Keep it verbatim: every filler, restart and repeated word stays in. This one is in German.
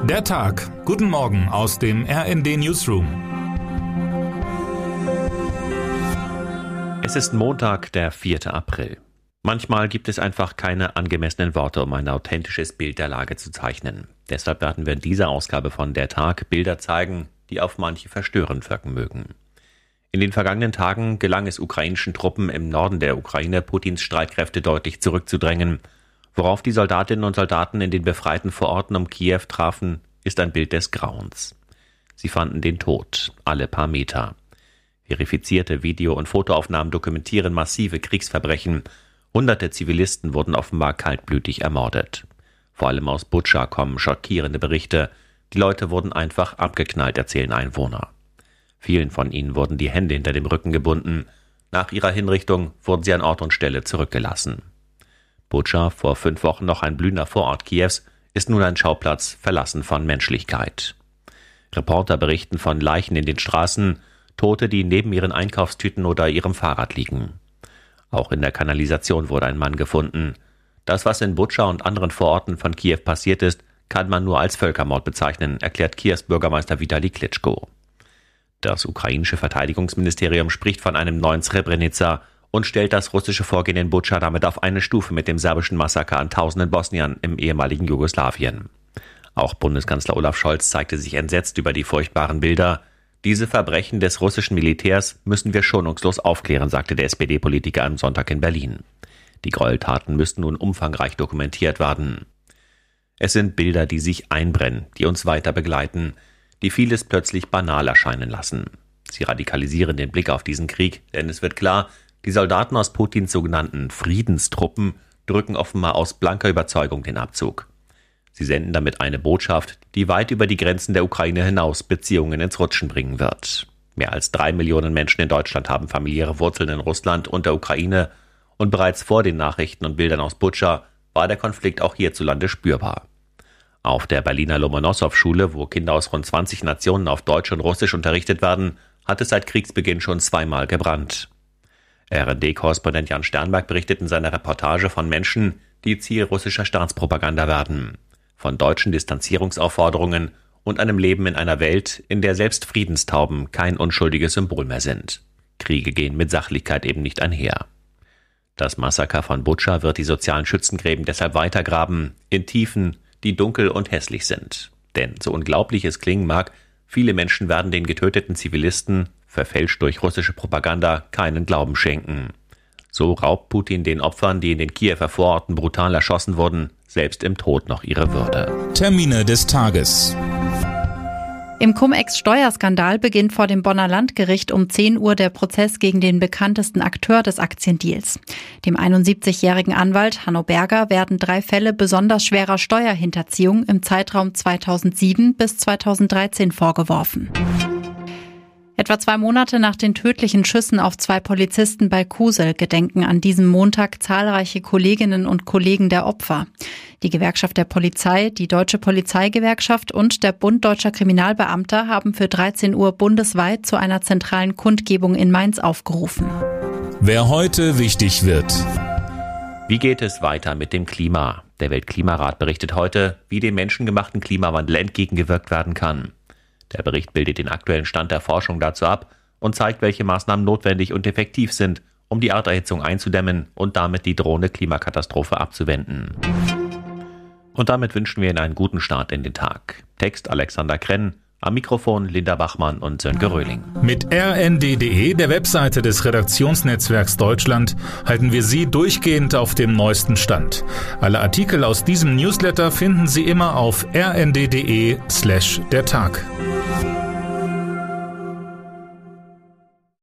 Der Tag. Guten Morgen aus dem R N D Newsroom. Es ist Montag, der vierter April. Manchmal gibt es einfach keine angemessenen Worte, um ein authentisches Bild der Lage zu zeichnen. Deshalb werden wir in dieser Ausgabe von Der Tag Bilder zeigen, die auf manche verstörend wirken mögen. In den vergangenen Tagen gelang es ukrainischen Truppen im Norden der Ukraine, Putins Streitkräfte deutlich zurückzudrängen. Worauf die Soldatinnen und Soldaten in den befreiten Vororten um Kiew trafen, ist ein Bild des Grauens. Sie fanden den Tod, alle paar Meter. Verifizierte Video- und Fotoaufnahmen dokumentieren massive Kriegsverbrechen. Hunderte Zivilisten wurden offenbar kaltblütig ermordet. Vor allem aus Butscha kommen schockierende Berichte. Die Leute wurden einfach abgeknallt, erzählen Einwohner. Vielen von ihnen wurden die Hände hinter dem Rücken gebunden. Nach ihrer Hinrichtung wurden sie an Ort und Stelle zurückgelassen. Butscha, vor fünf Wochen noch ein blühender Vorort Kiews, ist nun ein Schauplatz verlassen von Menschlichkeit. Reporter berichten von Leichen in den Straßen, Tote, die neben ihren Einkaufstüten oder ihrem Fahrrad liegen. Auch in der Kanalisation wurde ein Mann gefunden. Das, was in Butscha und anderen Vororten von Kiew passiert ist, kann man nur als Völkermord bezeichnen, erklärt Kiews Bürgermeister Vitali Klitschko. Das ukrainische Verteidigungsministerium spricht von einem neuen Srebrenica und stellt das russische Vorgehen in Butscha damit auf eine Stufe mit dem serbischen Massaker an tausenden Bosniern im ehemaligen Jugoslawien. Auch Bundeskanzler Olaf Scholz zeigte sich entsetzt über die furchtbaren Bilder. Diese Verbrechen des russischen Militärs müssen wir schonungslos aufklären, sagte der S P D-Politiker am Sonntag in Berlin. Die Gräueltaten müssten nun umfangreich dokumentiert werden. Es sind Bilder, die sich einbrennen, die uns weiter begleiten, die vieles plötzlich banal erscheinen lassen. Sie radikalisieren den Blick auf diesen Krieg, denn es wird klar, die Soldaten aus Putins sogenannten Friedenstruppen drücken offenbar aus blanker Überzeugung den Abzug. Sie senden damit eine Botschaft, die weit über die Grenzen der Ukraine hinaus Beziehungen ins Rutschen bringen wird. Mehr als drei Millionen Menschen in Deutschland haben familiäre Wurzeln in Russland und der Ukraine und bereits vor den Nachrichten und Bildern aus Butscha war der Konflikt auch hierzulande spürbar. Auf der Berliner Lomonossow-Schule, wo Kinder aus rund zwanzig Nationen auf Deutsch und Russisch unterrichtet werden, hat es seit Kriegsbeginn schon zweimal gebrannt. R N D-Korrespondent Jan Sternberg berichtet in seiner Reportage von Menschen, die Ziel russischer Staatspropaganda werden, von deutschen Distanzierungsaufforderungen und einem Leben in einer Welt, in der selbst Friedenstauben kein unschuldiges Symbol mehr sind. Kriege gehen mit Sachlichkeit eben nicht einher. Das Massaker von Butscha wird die sozialen Schützengräben deshalb weitergraben, in Tiefen, die dunkel und hässlich sind. Denn, so unglaublich es klingen mag, viele Menschen werden den getöteten Zivilisten, verfälscht durch russische Propaganda, keinen Glauben schenken. So raubt Putin den Opfern, die in den Kiewer Vororten brutal erschossen wurden, selbst im Tod noch ihre Würde. Termine des Tages. Im Cum-Ex-Steuerskandal beginnt vor dem Bonner Landgericht um zehn Uhr der Prozess gegen den bekanntesten Akteur des Aktiendeals. Dem einundsiebzigjährigen Anwalt Hanno Berger werden drei Fälle besonders schwerer Steuerhinterziehung im Zeitraum zweitausendsieben bis zweitausenddreizehn vorgeworfen. Etwa zwei Monate nach den tödlichen Schüssen auf zwei Polizisten bei Kusel gedenken an diesem Montag zahlreiche Kolleginnen und Kollegen der Opfer. Die Gewerkschaft der Polizei, die Deutsche Polizeigewerkschaft und der Bund Deutscher Kriminalbeamter haben für dreizehn Uhr bundesweit zu einer zentralen Kundgebung in Mainz aufgerufen. Wer heute wichtig wird. Wie geht es weiter mit dem Klima? Der Weltklimarat berichtet heute, wie dem menschengemachten Klimawandel entgegengewirkt werden kann. Der Bericht bildet den aktuellen Stand der Forschung dazu ab und zeigt, welche Maßnahmen notwendig und effektiv sind, um die Erderhitzung einzudämmen und damit die drohende Klimakatastrophe abzuwenden. Und damit wünschen wir Ihnen einen guten Start in den Tag. Text Alexander Krenn, am Mikrofon Linda Bachmann und Sönke Röhling. Mit R N D punkt de, der Webseite des Redaktionsnetzwerks Deutschland, halten wir Sie durchgehend auf dem neuesten Stand. Alle Artikel aus diesem Newsletter finden Sie immer auf r n d punkt de slash der Tag.